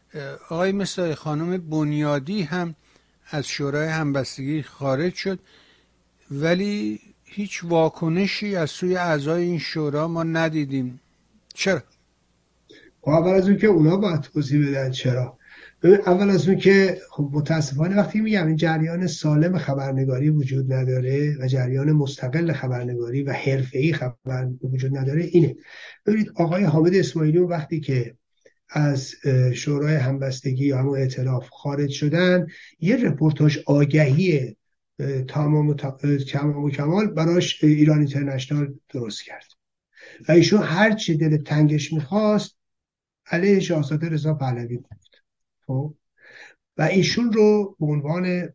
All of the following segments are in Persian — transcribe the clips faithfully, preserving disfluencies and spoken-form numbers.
آقای مصداقی، خانم بنیادی هم از شورای همبستگی خارج شد، ولی هیچ واکنشی از سوی اعضای این شورا ما ندیدیم. چرا؟ خب اول از اون که اونا باید توضیح بدن چرا. ببین، اول از اون که خب متاسفانه وقتی میگم این جریان سالم خبرنگاری وجود نداره و جریان مستقل خبرنگاری و حرفه‌ای خبر وجود نداره اینه. ببینید آقای حامد اسماعیلی وقتی که از شورای همبستگی یا همون ائتلاف خارج شدن، یه رپورتاج آگهی تمام و تمام و کمال براش ایران اینترنشنال درست کرد و ایشون هر چی دل تنگش میخواست علیه شاهزاده رضا پهلوی بود. خب و ایشون رو به عنوان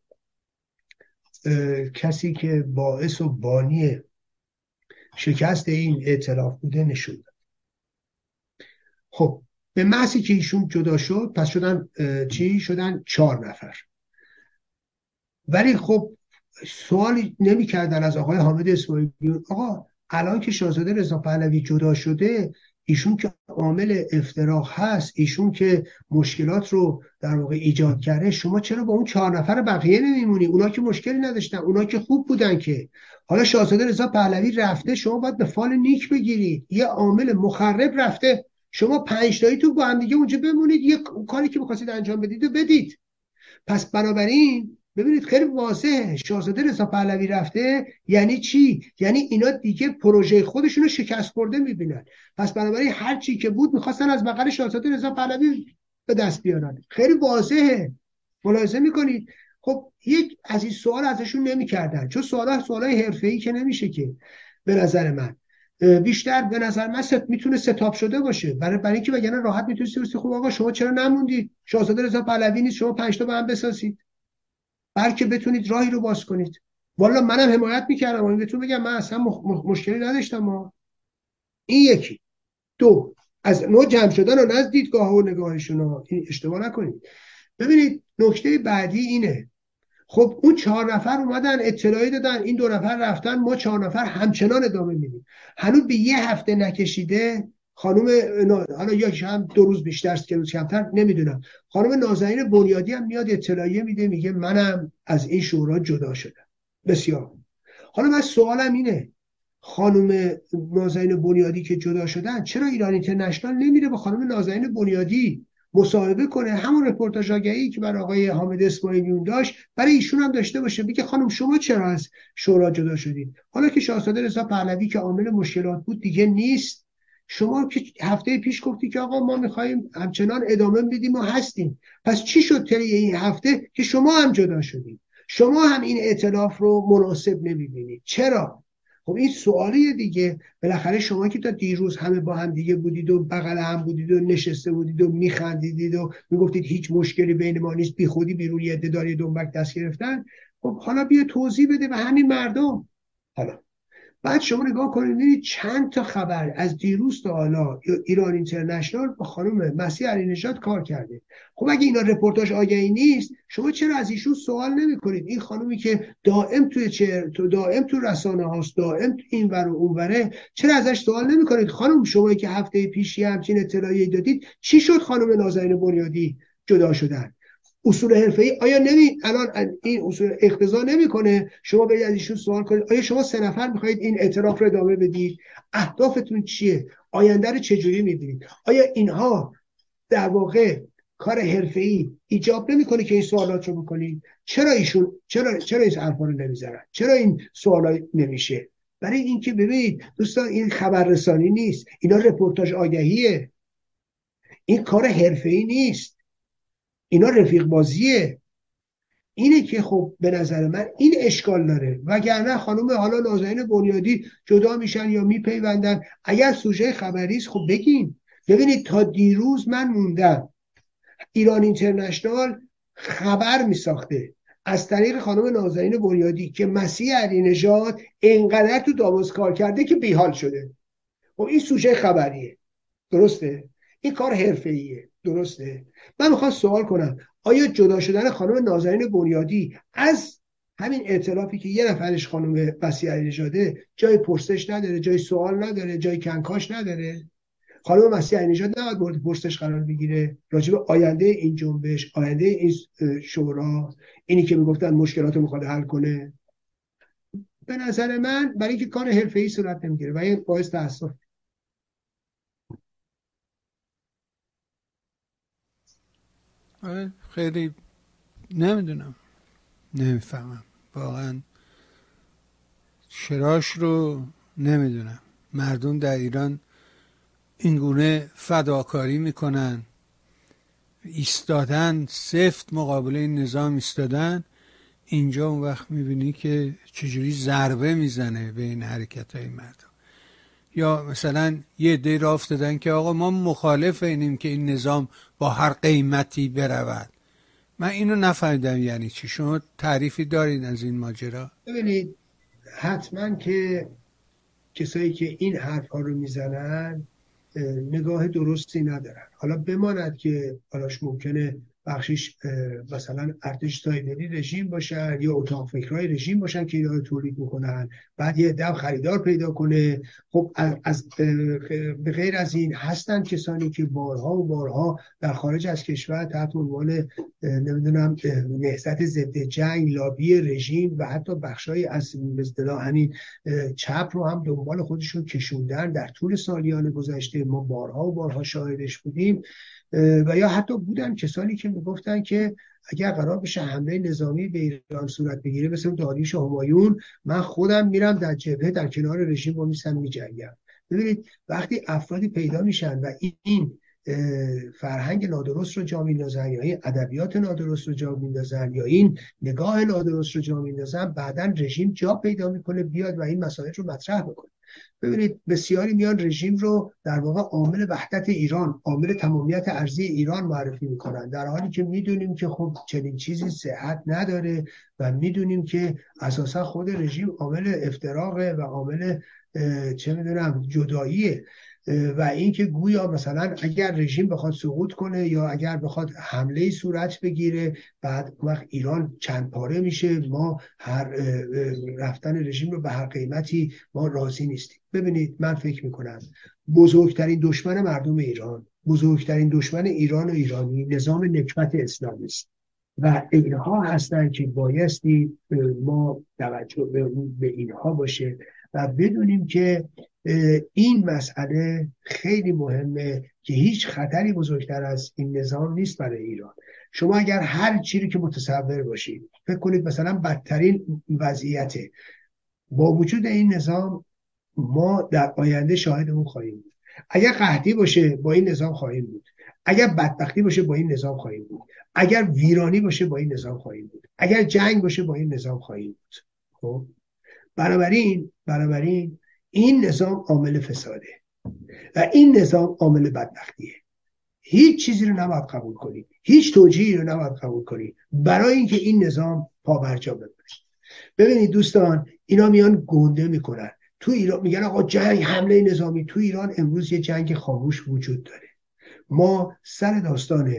کسی که باعث و بانی شکست این ائتلاف بوده نشون داد. خب به محضی که ایشون جدا شد پس شدن چی؟ شدن چهار نفر. ولی خب سوالی نمی کردن از آقای حامد اسماعیلی، آقا الان که شاهزاده رضا پهلوی جدا شده، ایشون که عامل افتراق هست، ایشون که مشکلات رو در واقع ایجاد کرده، شما چرا با اون چهار نفر بقیه نمیمونی؟ اونا که مشکلی نداشتن، اونا که خوب بودن. که حالا شاهزاده رضا پهلوی رفته، شما باید به فال نیک بگیرید. یه عامل مخرب رفته، شما پنج تایی تو با هم دیگه اونجا بمونید، یه کاری که می‌خواستید انجام بدید و بدید. پس بنابراین ببینید خیلی واضحه، شاهزاده رضا پهلوی رفته یعنی چی؟ یعنی اینا دیگه پروژه خودشونو شکست خورده میبینن. پس بنابراین هر چی که بود میخواستن از بغل شاهزاده رضا پهلوی به دست بیارن. خیلی واضحه، ملاحظه میکنید. خب یک از این سوال ازشون نمیکردن، چون سوالا سوالای حرفه‌ای که نمیشه که. به نظر من بیشتر به نظر من ست میتونه ستاپ شده باشه، برای برای اینکه وگرنه راحت میتونید بگید خب آقا شما چرا نموندید؟ شاهزاده رضا پهلوی نیست، شما پنج تا با هم بسازید، بلکه بتونید راهی رو باز کنید. والا منم حمایت میکردم، اون بهتون بگم من اصلا مخ... مخ... مشکلی نداشتم. ما این یکی. دو، از نوع جمع شدن و از دیدگاه و نگاهشون ها، این اشتباه نکنید. ببینید نکته بعدی اینه، خب اون چهار نفر اومدن اطلاعی دادن، این دو نفر رفتن، ما چهار نفر همچنان ادامه میدیم. هنوز به یه هفته نکشیده خانم نا... حالا یا هم دو روز بیشتر که روز کمتر نمیدونم، خانم نازنین بنیادی هم میاد اطلاعیه میده، میگه منم از این شورا جدا شدم. بسیار. حالا من سوالم اینه، خانم نازنین بنیادی که جدا شدن، چرا ایران اینترنشنال نمیره با خانم نازنین بنیادی مصاحبه کنه، همون رپورتاج آگهی که برای آقای حامد اسماعیلیون داشت برای ایشون هم داشته باشه، بگه خانم شما چرا از شورا جدا شدید؟ حالا که شاهزاده رضا پهلوی که عامل مشکلات بود دیگه نیست، شما که هفته پیش گفتی که آقا ما میخوایم همچنان ادامه بدیم و هستیم، پس چی شد طی این هفته که شما هم جدا شدید؟ شما هم این ائتلاف رو مناسب نمیبینید، چرا؟ خب این سوالیه دیگه. بالاخره شما که تا دیروز همه با هم دیگه بودید و بغل هم بودید و نشسته بودید و میخندیدید و میگفتید هیچ مشکلی بین ما نیست، بی خودی بیرون یه عده داری دنبک دست گرفتن، خب حالا بیا توضیح بده به همین مردم. حالا بعد شما نگاه کنید ببینید چند تا خبر از دیروز تا حالا ایران اینترنشنال با خانم مسیح علی نژاد کار کرده. خب اگه اینا رپورتاج آگهی نیست، شما چرا از ایشون سوال نمی کنید؟ این خانومی که دائم توی چه تو دائم تو رسانه هاست، دائم تو این ور و اون وره، چرا ازش سوال نمی کنید خانم شما که هفته پیشی همچین اطلاعی دادید چی شد خانم نازنین بنیادی جدا شدن؟ اصول حرفه‌ای آیا نمی الان این اصول اقتضا نمیکنه شما برید از ایشون سوال کنید آیا شما سه نفر میخواید این اعتراف رو ادامه بدید؟ اهدافتون چیه؟ آینده رو چجوری میبینید؟ آیا اینها در واقع کار حرفه‌ای ایجاب نمیکنه که این سوالات رو بکنید؟ چرا ایشون چرا چرا این حرفا رو نمیذارن؟ چرا این سوالا نمیشه؟ برای اینکه ببینید دوستان این خبررسانی نیست، اینا رپورتاج آگهیه، این کار حرفه‌ای نیست، اینا رفیق بازیه. اینه که خب به نظر من این اشکال داره، وگرنه خانم حالا نازنین بنیادی جدا میشن یا میپیوندن، اگر سوژه خبری است خب بگین. ببینید تا دیروز من موندم ایران اینترنشنال خبر میساخته از طریق خانم نازنین بنیادی که مسیح علی نژاد اینقدر تو داماسک کار کرده که بیحال شده. خب این سوژه خبریه، درسته؟ این کار حرفه‌ایه، درسته؟ من میخوام سوال کنم آیا جدا شدن خانم نازنین بنیادی از همین ائتلافی که یه نفرش خانم مسیح علی نژاده جای پرسش نداره، جای سوال نداره، جای کنکاش نداره؟ خانم مسیح عین‌نژاد نباید مورد پرسش قرار بگیره راجع به آینده این جنبش، آینده این شورا، اینی که میگفتن مشکلات رو میخواد حل کنه؟ به نظر من برای اینکه کار حرفه‌ای صورت نمیگیره و این باعث تأسف. آره خیلی نمیدونم، نمیفهمم واقعا چراش رو نمیدونم. مردم در ایران اینگونه فداکاری میکنن، ایستادن سفت مقابل این نظام ایستادن، اینجا اون وقت میبینی که چجوری ضربه میزنه به این حرکت های مردم. یا مثلا یه عده راه افتادن که آقا ما مخالف اینیم که این نظام با هر قیمتی برود. من اینو نفهمیدم یعنی چی. شما تعریفی دارین از این ماجرا؟ ببینید حتما که کسایی که این حرف ها رو میزنن نگاه درستی ندارن. حالا بماند که حالاش ممکنه بخشش مثلا ارتش سایبری رژیم باشن یا اتاق فکرهای رژیم باشن که اینا رو تولید میکنن، بعد یه دو خریدار پیدا کنه. خب از به غیر از این هستن کسانی که بارها و بارها در خارج از کشور تحت عنوان نمیدونم نهضت ضد جنگ، لابی رژیم و حتی بخشای از به اصطلاح همین چپ رو هم دنبال خودشون کشوندن در طول سالیان گذشته. ما بارها و بارها شاهدش بودیم. و یا حتی بودن کسانی که میگفتن که اگر قرار بشه حمله نظامی به ایران صورت بگیره مثل داریوش همایون، من خودم میرم در جبهه در کنار رژیم با میسم میجنگم. ببینید وقتی افرادی پیدا میشن و این فرهنگ نادرست رو جا میندازن یا این ادبیات نادرست رو جا میندازن یا این نگاه نادرست رو جا میندازن، بعدن رژیم جا پیدا میکنه بیاد و این مسائل رو مطرح بکنه. ببینید بسیاری میان رژیم رو در واقع عامل وحدت ایران، عامل تمامیت ارضی ایران معرفی میکنن، در حالی که میدونیم که خب چنین چیزی صحت نداره و میدونیم که اساسا خود رژیم عامل افتراقه و عامل چه میدونم جداییه. و اینکه گویا مثلا اگر رژیم بخواد سقوط کنه یا اگر بخواد حمله صورت بگیره بعد وقت ایران چند پاره میشه، ما هر رفتن رژیم رو به هر قیمتی ما راضی نیستیم. ببینید من فکر میکنم بزرگترین دشمن مردم ایران، بزرگترین دشمن ایران و ایرانی نظام نکبت اسلامی است و اینها هستن که بایستی ما توجه به اینها باشه و بدونیم که این مسئله خیلی مهمه که هیچ خطری بزرگتر از این نظام نیست برای ایران. شما اگر هر چیزی که متصور باشید فکر کنید مثلا بدترین وضعیته، با وجود این نظام ما در آینده شاهد اون خواهیم بود. اگر قحطی باشه با این نظام خواهیم بود، اگر بدبختی باشه با این نظام خواهیم بود، اگر ویرانی باشه با این نظام خواهیم بود، اگر جنگ باشه با این نظام خواهیم بود. خب بنابراین بنابراین این نظام عامل فساده و این نظام عامل بدبختیه. هیچ چیزی رو نباید قبول کنید، هیچ توجیهی رو نباید قبول کنید برای اینکه این نظام پابرجا بمونه. ببینید دوستان، اینا میان گنده میکنن تو ایران، میگن آقا جنگ، حمله نظامی. تو ایران امروز یه جنگ خاموش وجود داره. ما سر داستان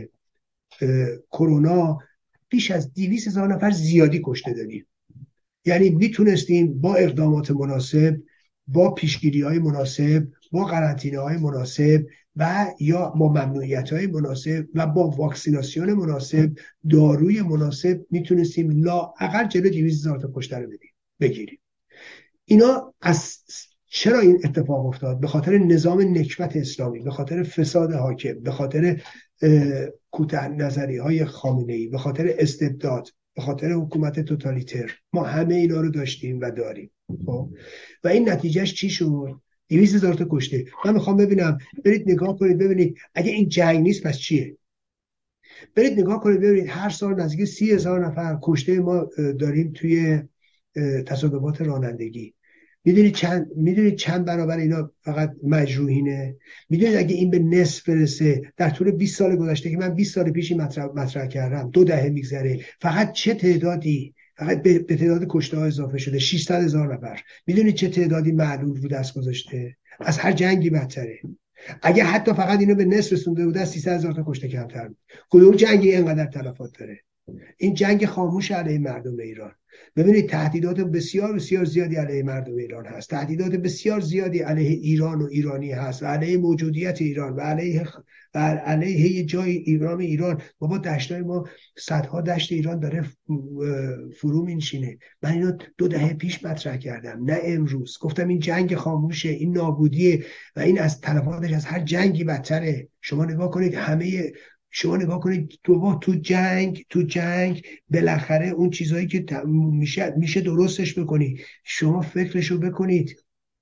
کرونا بیش از دویست هزار نفر زیادی کشته داریم. یعنی میتونستیم با اقدامات مناسب، با پیشگیری های مناسب، با قرنطینه های مناسب و یا با ممنوعیت های مناسب و با واکسیناسیون مناسب، داروی مناسب، میتونستیم لااقل جلو دویست هزار تا کشته رو بدیم بگیریم. اینا از چرا این اتفاق افتاد؟ به خاطر نظام نکبت اسلامی، به خاطر فساد حاکم، به خاطر کوتاه نظری های خامنه‌ای، به خاطر استبداد، به خاطر حکومت توتالیتر. ما همه اینا رو داشتیم و داریم. خب و این نتیجهش چی شد؟ دویست هزار تا کشته. من میخوام ببینم، برید نگاه کنید ببینید اگه این جنگ نیست پس چیه؟ برید نگاه کنید ببینید هر سال نزدیک سی هزار نفر کشته ما داریم توی تصادفات رانندگی. میدونید چند میدونید چند برابر اینا فقط مجروحینه؟ میدونید اگه این به نصف برسه در طول بیست سال گذشته که من بیست سال پیشی مطرح, مطرح کردم، دو دهه میگذره، فقط چه تعدادی فقط به, به تعداد کشته ها اضافه شده؟ ششصد هزار نفر. میدونید چه تعدادی معلول رو دست گذاشته؟ از هر جنگی بدتره. اگه حتی فقط اینو به نصف رسونده بود سیصد هزار تا کشته کمتر بود. کدوم جنگی اینقدر تلفات داره؟ این جنگ خاموش علیه مردم ایران. ببینید تهدیدات بسیار بسیار زیادی علیه مردم ایران هست، تهدیدات بسیار زیادی علیه ایران و ایرانی هست و علیه موجودیت ایران و علیه و علیه یه جای ایران ایران. بابا دشتای ما، صدها دشت ایران داره فرو مینشینه. من اینو دو دهه پیش مطرح کردم، نه امروز. گفتم این جنگ خاموشه، این نابودیه و این از تلفاتش از هر جنگی بدتره. شما نگاه کنید همه شما نگاه کنید تو تو جنگ تو جنگ بالاخره اون چیزایی که میشه میشه درستش بکنی. شما فکرشو بکنید،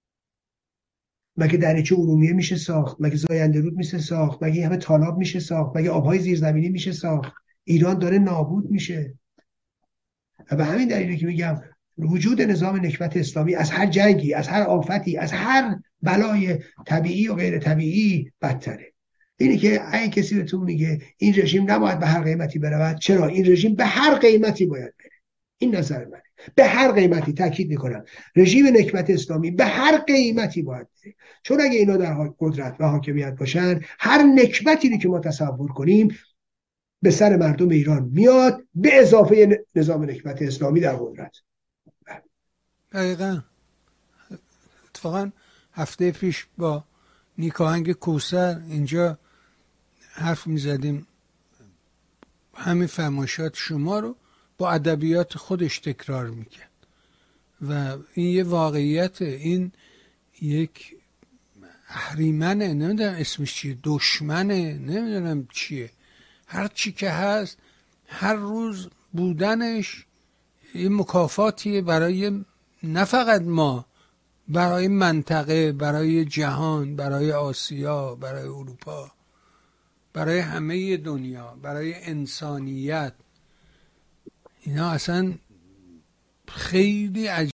مگه دریچه ارومیه میشه ساخت؟ مگه زاینده رود میشه ساخت؟ مگه همه تالاب میشه ساخت؟ مگه آبهای زیرزمینی میشه ساخت؟ ایران داره نابود میشه. و به همین دلیلی که میگم وجود نظام نکبت اسلامی از هر جنگی، از هر آفتی، از هر بلای طبیعی و غیر طبیعی بدتره. اینی که اگه کسی بهتون میگه این رژیم نباید به هر قیمتی برود، چرا؟ این رژیم به هر قیمتی باید بره. این نظر منه. به هر قیمتی، تاکید میکنم، رژیم نکبت اسلامی به هر قیمتی باید بره. چون اگه اینا در قدرت و حاکمیت باشن، هر نکبتی که ما تصور کنیم به سر مردم ایران میاد، به اضافه نظام نکبت اسلامی در قدرت. دقیقا. اتفاقا هفته پیش با نیکاهنگ کوثر اینجا حرف میزدیم، همین فرمایشات شما رو با ادبیات خودش تکرار میکرد و این یه واقعیت، این یک اهریمنه، نمیدونم اسمش چیه، دشمنه، نمیدونم چیه، هر چی که هست هر روز بودنش یه مکافاتیه برای نه فقط ما، برای منطقه، برای جهان، برای آسیا، برای اروپا، برای همه دنیا، برای انسانیت. اینا اصلا خیلی عجیب